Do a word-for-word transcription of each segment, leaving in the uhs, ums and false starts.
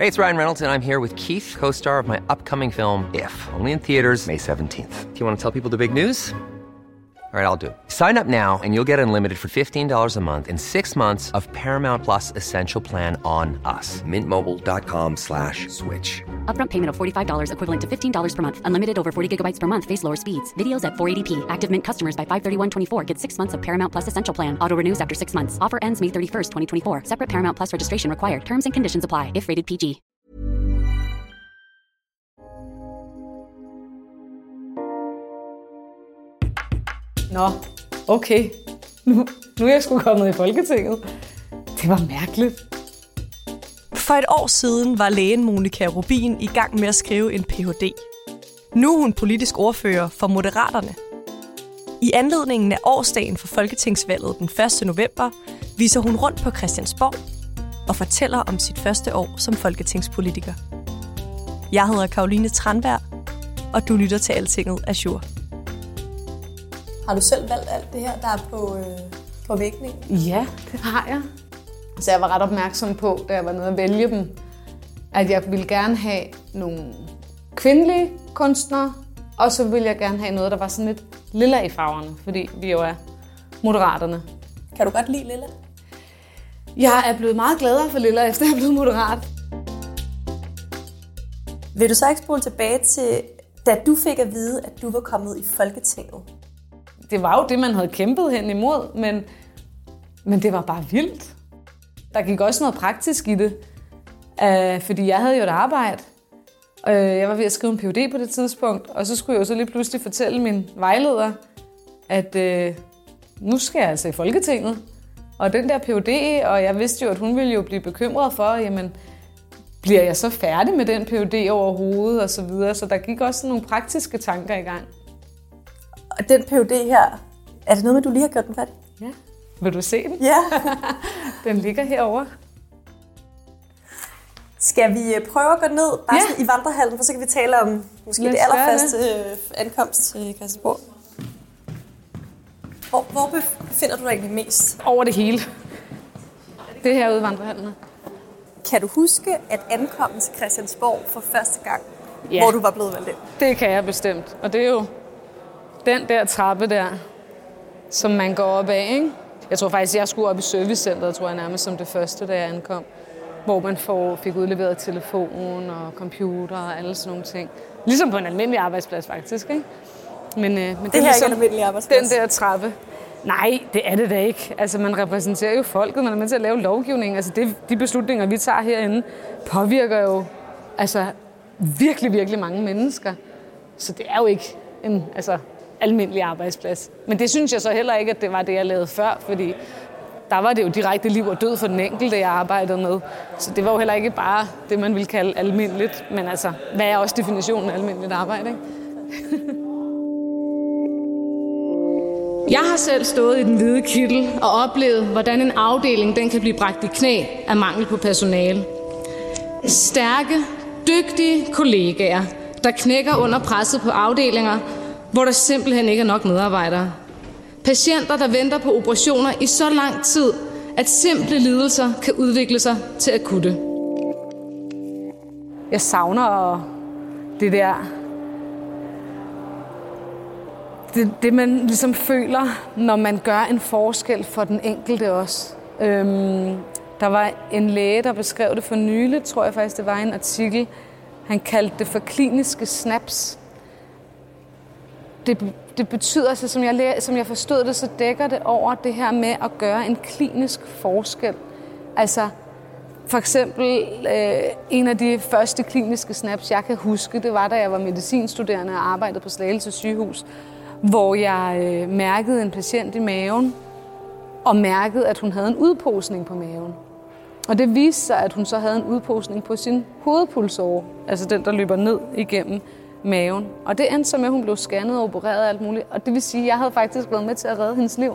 Hey, it's Ryan Reynolds, and I'm here with Keith, co-star of my upcoming film, If, only in theaters May seventeenth. Do you want to tell people the big news? All right, I'll do it. Sign up now and you'll get unlimited for fifteen dollars a month and six months of Paramount Plus Essential Plan on us. Mint Mobile dot com slash switch. Upfront payment of forty-five dollars equivalent to fifteen dollars per month. Unlimited over forty gigabytes per month. Face lower speeds. Videos at four eighty p. Active Mint customers by five thirty-one twenty-four get six months of Paramount Plus Essential Plan. Auto renews after six months. Offer ends May thirty-first, twenty twenty-four. Separate Paramount Plus registration required. Terms and conditions apply if rated P G. Nå, okay. Nu, nu er jeg sgu kommet i Folketinget. Det var mærkeligt. For et år siden var lægen Monica Rubin i gang med at skrive en P H D. Nu er hun politisk ordfører for Moderaterne. I anledningen af årsdagen for Folketingsvalget den første november viser hun rundt på Christiansborg og fortæller om sit første år som folketingspolitiker. Jeg hedder Caroline Tranberg, og du lytter til Altinget Azure. Har du selv valgt alt det her, der er på, øh, på vægningen? Ja, det har jeg. Så jeg var ret opmærksom på, da jeg var nede at vælge dem, at jeg ville gerne have nogle kvindelige kunstnere, og så ville jeg gerne have noget, der var sådan lidt lilla i farverne, fordi vi jo er Moderaterne. Kan du godt lide lilla? Jeg er blevet meget gladere for lilla, efter jeg er blevet moderat. Vil du så ikke spole tilbage til, da du fik at vide, at du var kommet i Folketinget? Det var jo det, man havde kæmpet hen imod, men, men det var bare vildt. Der gik også noget praktisk i det, øh, fordi jeg havde jo et arbejde. Øh, jeg var ved at skrive en P H D på det tidspunkt, og så skulle jeg jo så lige pludselig fortælle min vejleder, at øh, nu skal jeg altså i Folketinget. Og den der P H D, og jeg vidste jo, at hun ville jo blive bekymret for, jamen, bliver jeg så færdig med den P H D overhovedet, og så videre. Så der gik også nogle praktiske tanker i gang. Og den P H D her, er det noget med, du lige har gjort den færdig? Ja. Vil du se den? Ja. Den ligger herovre. Skal vi prøve at gå ned bare Ja. sådan i vandrehallen, for så kan vi tale om måske Lad os det gøre allerførste det. ankomst til Christiansborg. Hvor, hvor befinder du dig egentlig mest? Over det hele. Det her ude i vandrehallen. Kan du huske at ankomme til Christiansborg for første gang, Ja. hvor du var blevet valgt ind? Det kan jeg bestemt. Og det er jo den der trappe der, som man går op af, ikke? Jeg tror faktisk, jeg skulle op i servicecenteret, tror jeg nærmest som det første, da jeg ankom. Hvor man får, fik udleveret telefon og computer og alle sådan nogle ting. Ligesom på en almindelig arbejdsplads faktisk, ikke? Men, øh, men det, det her er ligesom ikke en almindelig arbejdsplads. Den der trappe. Nej, det er det da ikke. Altså, man repræsenterer jo folket, man er med til at lave lovgivning. Altså, det, de beslutninger, vi tager herinde, påvirker jo altså, virkelig, virkelig mange mennesker. Så det er jo ikke en altså, almindelig arbejdsplads. Men det synes jeg så heller ikke, at det var det, jeg lavede før, fordi der var det jo direkte liv og død for den enkelte, jeg arbejdede med. Så det var jo heller ikke bare det, man ville kalde almindeligt. Men altså, hvad er også definitionen af almindeligt arbejde, ikke? Jeg har selv stået i den hvide kittel og oplevet, hvordan en afdeling den kan blive bragt i knæ af mangel på personale. Stærke, dygtige kollegaer, der knækker under presset på afdelinger, hvor der simpelthen ikke er nok medarbejdere. Patienter, der venter på operationer i så lang tid, at simple lidelser kan udvikle sig til akutte. Jeg savner det der... Det, det man ligesom føler, når man gør en forskel for den enkelte også. Øhm, der var en læge, der beskrev det for nylig, tror jeg faktisk, det var en artikel. Han kaldte det for kliniske snaps. Det, det betyder, altså, som, jeg, som jeg forstod det, så dækker det over det her med at gøre en klinisk forskel. Altså for eksempel øh, en af de første kliniske snaps, jeg kan huske, det var, da jeg var medicinstuderende og arbejdede på Slagelse sygehus, hvor jeg øh, mærkede en patient i maven, og mærkede, at hun havde en udposning på maven. Og det viste sig, at hun så havde en udposning på sin hovedpulsåre, altså den, der løber ned igennem maven. Og det endte så med, at hun blev scannet og opereret og alt muligt. Og det vil sige, at jeg havde faktisk været med til at redde hendes liv.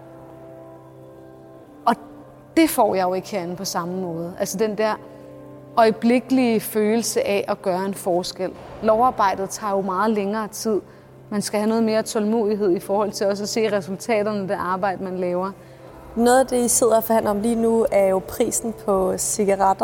Og det får jeg jo ikke herinde på samme måde. Altså den der øjeblikkelige følelse af at gøre en forskel. Lovarbejdet tager jo meget længere tid. Man skal have noget mere tålmodighed i forhold til også at se resultaterne af det arbejde, man laver. Noget af det, I sidder og forhandler om lige nu, er jo prisen på cigaretter.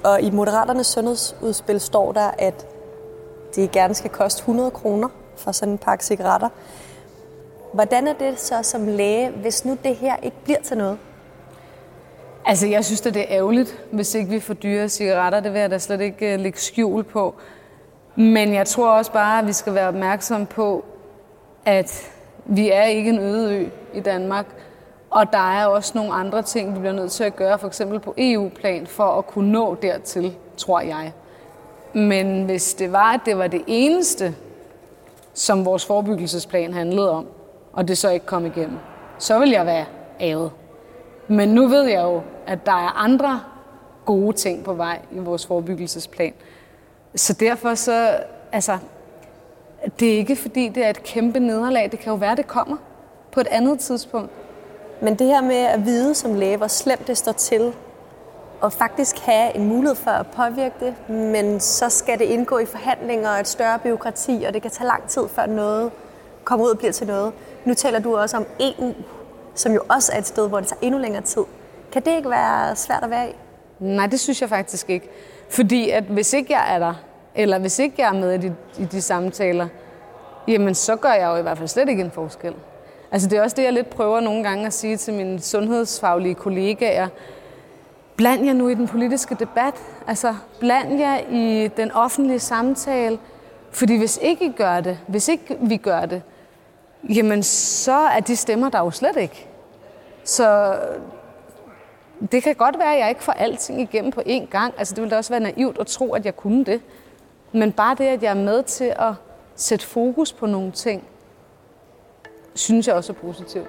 Og i Moderaternes sundhedsudspil står der, at det gerne skal koste hundrede kroner for sådan en pakke cigaretter. Hvordan er det så som læge, hvis nu det her ikke bliver til noget? Altså, jeg synes, at det er ærgerligt, hvis ikke vi får dyre cigaretter. Det vil jeg da slet ikke uh, lægge skjul på. Men jeg tror også bare, at vi skal være opmærksomme på, at vi er ikke en øde ø i Danmark. Og der er også nogle andre ting, vi bliver nødt til at gøre, for eksempel på E U-plan, for at kunne nå dertil, tror jeg. Men hvis det var, at det var det eneste, som vores forebyggelsesplan handlede om, og det så ikke kom igennem, så vil jeg være ærget. Men nu ved jeg jo, at der er andre gode ting på vej i vores forebyggelsesplan. Så derfor så, altså, det er ikke fordi, det er et kæmpe nederlag. Det kan jo være, det kommer på et andet tidspunkt. Men det her med at vide som læge, hvor slemt det står til, og faktisk have en mulighed for at påvirke det, men så skal det indgå i forhandlinger og et større bureaukrati, og det kan tage lang tid, før noget kommer ud og bliver til noget. Nu taler du også om E U, som jo også er et sted, hvor det tager endnu længere tid. Kan det ikke være svært at være i? Nej, det synes jeg faktisk ikke. Fordi at hvis ikke jeg er der, eller hvis ikke jeg er med i de, i de samtaler, jamen så gør jeg jo i hvert fald slet ikke en forskel. Altså det er også det, jeg lidt prøver nogle gange at sige til mine sundhedsfaglige kollegaer. Bland jer nu i den politiske debat. Altså bland jer i den offentlige samtale. Fordi hvis ikke I gør det, hvis ikke vi gør det, jamen så er de stemmer der jo slet ikke. Så det kan godt være, at jeg ikke får alting igennem på én gang. Altså det ville da også være naivt at tro, at jeg kunne det. Men bare det, at jeg er med til at sætte fokus på nogle ting, synes jeg også er positivt.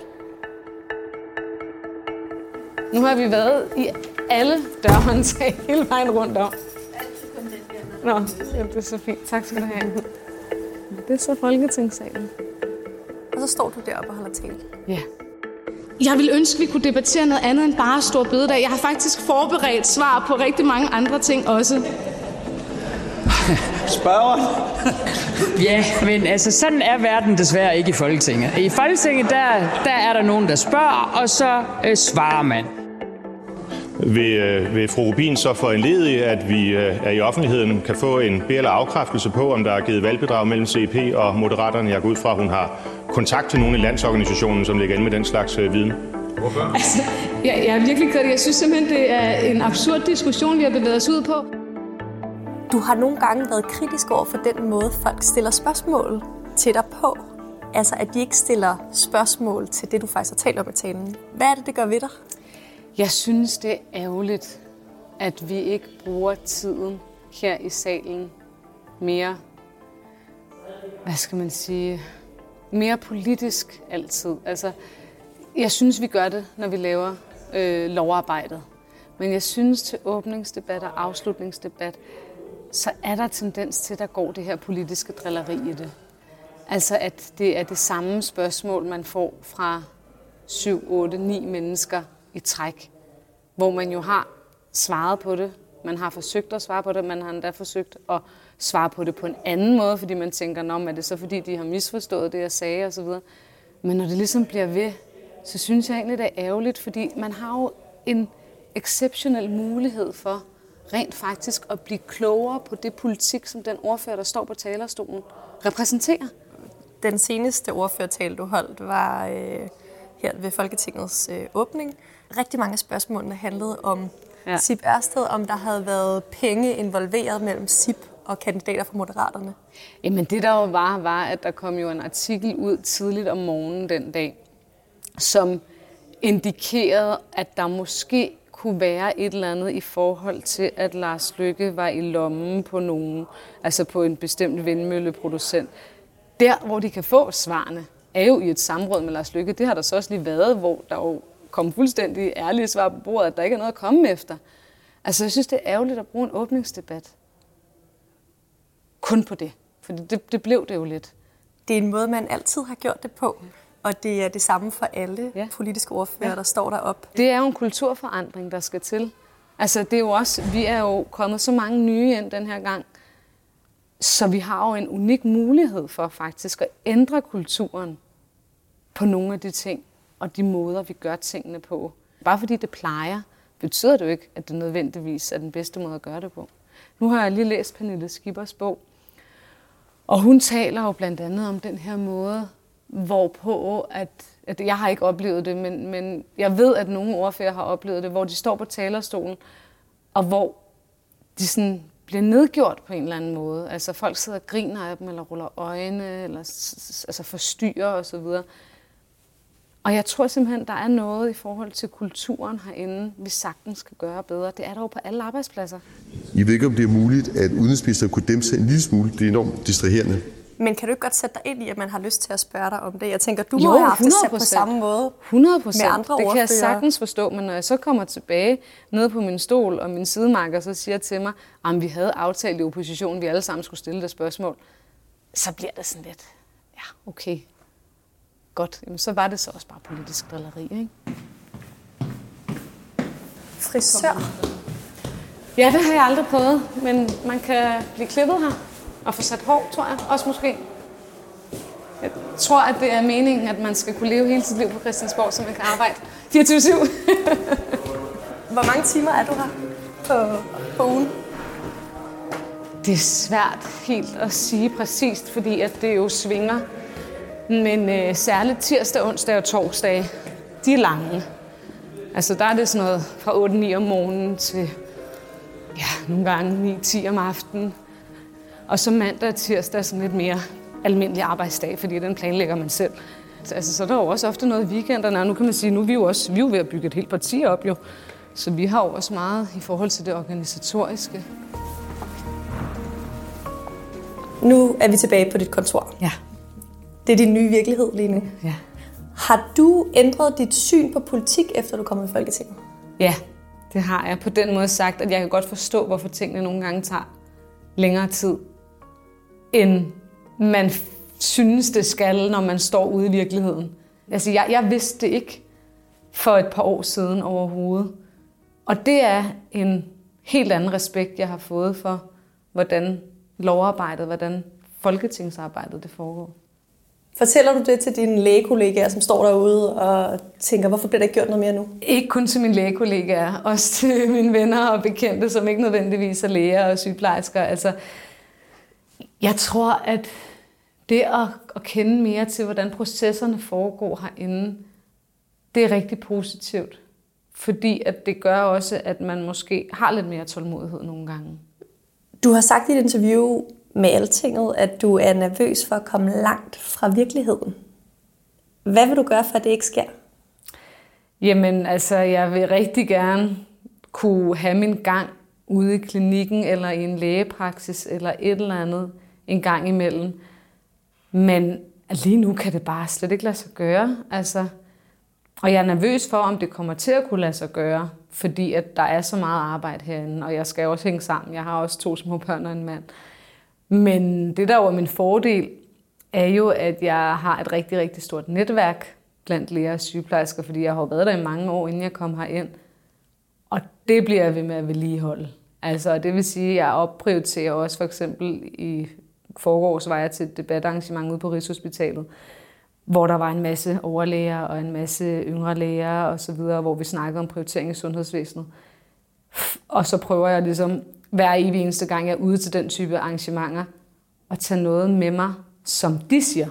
Nu har vi været i alle dørhåndtag hele vejen rundt om. Nå, det er så fint. Tak skal du have. Det er så Folketingssalen. Og så står du deroppe og holder tale. Ja. Jeg vil ønske, vi kunne debattere noget andet end bare store bededag. Jeg har faktisk forberedt svar på rigtig mange andre ting også. Spørger? Ja, men altså sådan er verden desværre ikke i Folketinget. I Folketinget, der, der er der nogen, der spørger, og så øh, svarer man. Vil, øh, vil fru Rubin så foranledige, at vi øh, i offentligheden kan få en be- eller afkræftelse på, om der er givet valgbedrag mellem C P og Moderaterne? Jeg går ud fra, at hun har kontakt til nogle i landsorganisationen, som ligger inde med den slags øh, viden. Hvorfor? Altså, jeg, jeg er virkelig ked af det. Jeg synes simpelthen, det er en absurd diskussion, vi har bevæget os ud på. Du har nogle gange været kritisk over for den måde, folk stiller spørgsmål til dig på. Altså, at de ikke stiller spørgsmål til det, du faktisk har talt om i talen. Hvad er det, det gør ved dig? Jeg synes, det er ærgerligt, at vi ikke bruger tiden her i salen mere, hvad skal man sige, mere politisk altid. Altså, jeg synes, vi gør det, når vi laver øh, lovarbejdet. Men jeg synes, til åbningsdebat og afslutningsdebat, så er der tendens til, at der går det her politiske drilleri i det. Altså, at det er det samme spørgsmål, man får fra syv, otte, ni mennesker i træk, hvor man jo har svaret på det. Man har forsøgt at svare på det, man har endda forsøgt at svare på det på en anden måde, fordi man tænker, nå, er det så fordi, de har misforstået det, jeg sagde osv. Men når det ligesom bliver ved, så synes jeg egentlig, det er ærgerligt, fordi man har jo en exceptionel mulighed for rent faktisk at blive klogere på det politik, som den ordfører, der står på talerstolen, repræsenterer. Den seneste ordførertale, du holdt, var øh, her ved Folketingets øh, åbning. Rigtig mange spørgsmål handlede om ja. Sip Ørsted, om der havde været penge involveret mellem Sip og kandidater fra Moderaterne. Jamen det der jo var, var, at der kom jo en artikel ud tidligt om morgenen den dag, som indikerede, at der måske kunne være et eller andet i forhold til, at Lars Løkke var i lommen på nogen, altså på en bestemt vindmølleproducent. Der, hvor de kan få svarene, er jo i et samråd med Lars Løkke. Det har der så også lige været, hvor der jo kom fuldstændig ærlige svar på bordet, at der ikke er noget at komme efter. Altså, jeg synes, det er ærgerligt at bruge en åbningsdebat. Kun på det. For det, det blev det jo lidt. Det er en måde, man altid har gjort det på. Og det er det samme for alle ja. politiske ordfører, ja. der står deroppe. Det er jo en kulturforandring, der skal til. Altså, det er jo også, vi er jo kommet så mange nye ind den her gang, så vi har jo en unik mulighed for faktisk at ændre kulturen på nogle af de ting, og de måder, vi gør tingene på. Bare fordi det plejer, betyder det jo ikke, at det nødvendigvis er den bedste måde at gøre det på. Nu har jeg lige læst Pernille Skippers bog, og hun taler jo blandt andet om den her måde, hvorpå, at, at jeg har ikke oplevet det, men, men jeg ved, at nogle ordfører har oplevet det, hvor de står på talerstolen, og hvor de sådan bliver nedgjort på en eller anden måde. Altså folk sidder og griner af dem, eller ruller øjne, eller altså forstyrrer osv. Og jeg tror simpelthen, der er noget i forhold til kulturen herinde, vi sagtens skal gøre bedre. Det er der jo på alle arbejdspladser. Jeg ved ikke, om det er muligt, at udenrigsministeren kunne dæmpe sig en lille smule. Det er enormt distraherende. Men kan du ikke godt sætte dig ind i, at man har lyst til at spørge dig om det? Jeg tænker, du jo, må have haft det på samme måde hundrede procent. med andre Det ordfører. kan jeg sagtens forstå, men når jeg så kommer tilbage nede på min stol, og min sidemarker så siger til mig, at vi havde aftalt i oppositionen, vi alle sammen skulle stille det spørgsmål, så bliver det sådan lidt, ja, okay, godt. Jamen, så var det så også bare politisk drilleri, ikke? Frisør? Ja, det har jeg aldrig prøvet, men man kan blive klippet her. Og få sat hår, tror jeg, også måske. Jeg tror, at det er meningen, at man skal kunne leve hele sit liv på Christiansborg, så man kan arbejde fireogtyve syv. Hvor mange timer er du her på, på ugen? Det er svært helt at sige præcist, fordi at det jo svinger. Men øh, særligt tirsdag, onsdag og torsdag, de er lange. Altså der er det sådan noget fra otte ni om morgenen til ja, nogle gange ni ti om aftenen. Og så mandag og tirsdag er sådan lidt mere almindelig arbejdsdag, fordi den planlægger man selv. Altså, så er der jo også ofte noget i weekenderne, og nu kan man sige, nu er vi jo også vi er jo ved at bygge et helt parti op, jo. Så vi har jo også meget i forhold til det organisatoriske. Nu er vi tilbage på dit kontor. Ja. Det er din nye virkelighed lige nu. Ja. Har du ændret dit syn på politik, efter du kom i Folketinget? Ja, det har jeg på den måde sagt, at jeg kan godt forstå, hvorfor tingene nogle gange tager længere tid, end man synes, det skal, når man står ude i virkeligheden. Altså, jeg, jeg vidste det ikke for et par år siden overhovedet. Og det er en helt anden respekt, jeg har fået for, hvordan lovarbejdet, hvordan folketingsarbejdet det foregår. Fortæller du det til dine lægekollegaer, som står derude og tænker, hvorfor bliver der ikke gjort noget mere nu? Ikke kun til mine lægekollegaer, også til mine venner og bekendte, som ikke nødvendigvis er læger og sygeplejersker. Altså, jeg tror, at det at, at kende mere til, hvordan processerne foregår herinde, det er rigtig positivt. Fordi at det gør også, at man måske har lidt mere tålmodighed nogle gange. Du har sagt i et interview med Altinget, at du er nervøs for at komme langt fra virkeligheden. Hvad vil du gøre, for at det ikke sker? Jamen, altså, jeg vil rigtig gerne kunne have min gang ude i klinikken, eller i en lægepraksis, eller et eller andet en gang imellem. Men lige nu kan det bare slet ikke lade sig gøre. Altså, og jeg er nervøs for, om det kommer til at kunne lade sig gøre, fordi at der er så meget arbejde herinde, og jeg skal også hænge sammen. Jeg har også to små børn og en mand. Men det, der jo er min fordel, er jo, at jeg har et rigtig, rigtig stort netværk blandt læger og sygeplejersker, fordi jeg har været der i mange år, inden jeg kom herind. Og det bliver jeg ved med at vedligeholde. Altså, det vil sige, at jeg opprioriterer også for eksempel i forgårs var jeg til et debatarrangement ude på Rigshospitalet, hvor der var en masse overlæger og en masse yngre læger og så videre, hvor vi snakkede om prioritering i sundhedsvæsenet. Og så prøver jeg ligesom hver evig eneste gang, jeg er ude til den type arrangementer, at tage noget med mig, som de siger.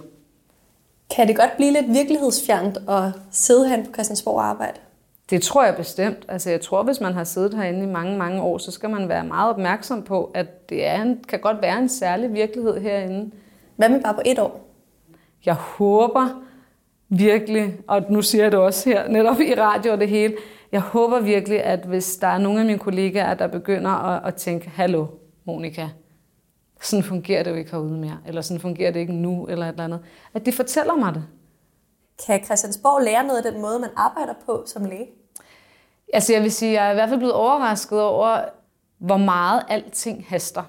Kan det godt blive lidt virkelighedsfjernt at sidde herinde på Christiansborg og arbejde? Det tror jeg bestemt. Altså, jeg tror, hvis man har siddet herinde i mange, mange år, så skal man være meget opmærksom på, at det er en, kan godt være en særlig virkelighed herinde. Hvad med bare på et år? Jeg håber virkelig, og nu siger jeg det også her, netop i radio og det hele, jeg håber virkelig, at hvis der er nogle af mine kollegaer, der begynder at, at tænke, hallo, Monica, sådan fungerer det jo ikke herude mere, eller sådan fungerer det ikke nu, eller et eller andet, at de fortæller mig det. Kan Christiansborg lære noget af den måde, man arbejder på som læge? Altså jeg vil sige, jeg er i hvert fald blevet overrasket over, hvor meget alting haster.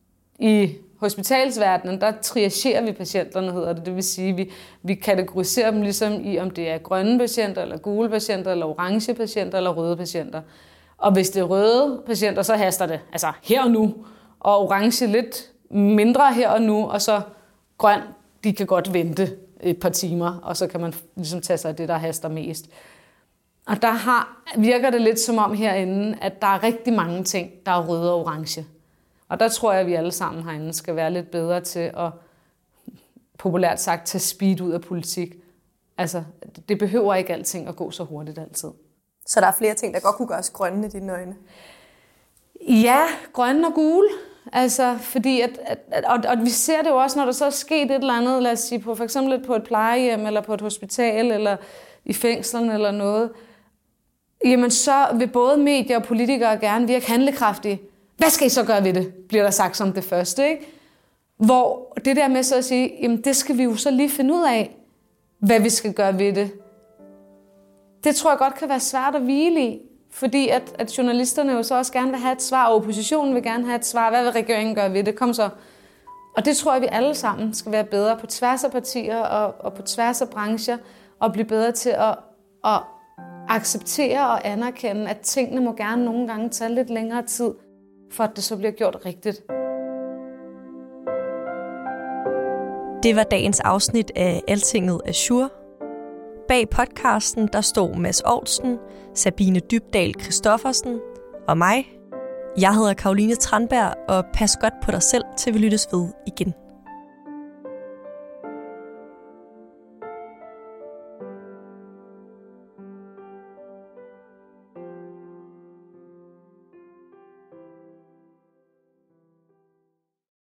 I hospitalsverdenen, der triagerer vi patienterne, hedder det. Det vil sige, vi, vi kategoriserer dem ligesom i, om det er grønne patienter, eller gule patienter, eller orange patienter, eller røde patienter. Og hvis det er røde patienter, så haster det. Altså her og nu. Og orange lidt mindre her og nu, og så grøn, de kan godt vente et par timer, og så kan man ligesom tage sig af det, der haster mest. Og der har, virker det lidt som om herinde, at der er rigtig mange ting, der er røde og orange. Og der tror jeg, at vi alle sammen herinde skal være lidt bedre til at, populært sagt, tage speed ud af politik. Altså, det behøver ikke alting at gå så hurtigt altid. Så der er flere ting, der godt kunne gøres grønne i dine øjne? Ja, grønne og gule. Altså, fordi at, at, og, og vi ser det jo også, når der så er sket et eller andet, lad os sige, på, for eksempel på et plejehjem, eller på et hospital, eller i fængslerne, eller noget. Jamen, så vil både medier og politikere gerne virke handlekraftige. Hvad skal I så gøre ved det, bliver der sagt som det første, ikke? Hvor det der med så at sige, jamen det skal vi jo så lige finde ud af, hvad vi skal gøre ved det. Det tror jeg godt kan være svært at hvile i, fordi at, at journalisterne jo så også gerne vil have et svar, og oppositionen vil gerne have et svar. Hvad vil regeringen gøre ved det? Kom så. Og det tror jeg, vi alle sammen skal være bedre på tværs af partier og, og på tværs af brancher, og blive bedre til at, at acceptere og anerkende, at tingene må gerne nogle gange tage lidt længere tid, for at det så bliver gjort rigtigt. Det var dagens afsnit af Altinget Azure. Bag podcasten der stod Mads Aulsten, Sabine Dybdahl Christoffersen og mig. Jeg hedder Caroline Tranberg, og pas godt på dig selv, til vi lyttes ved igen.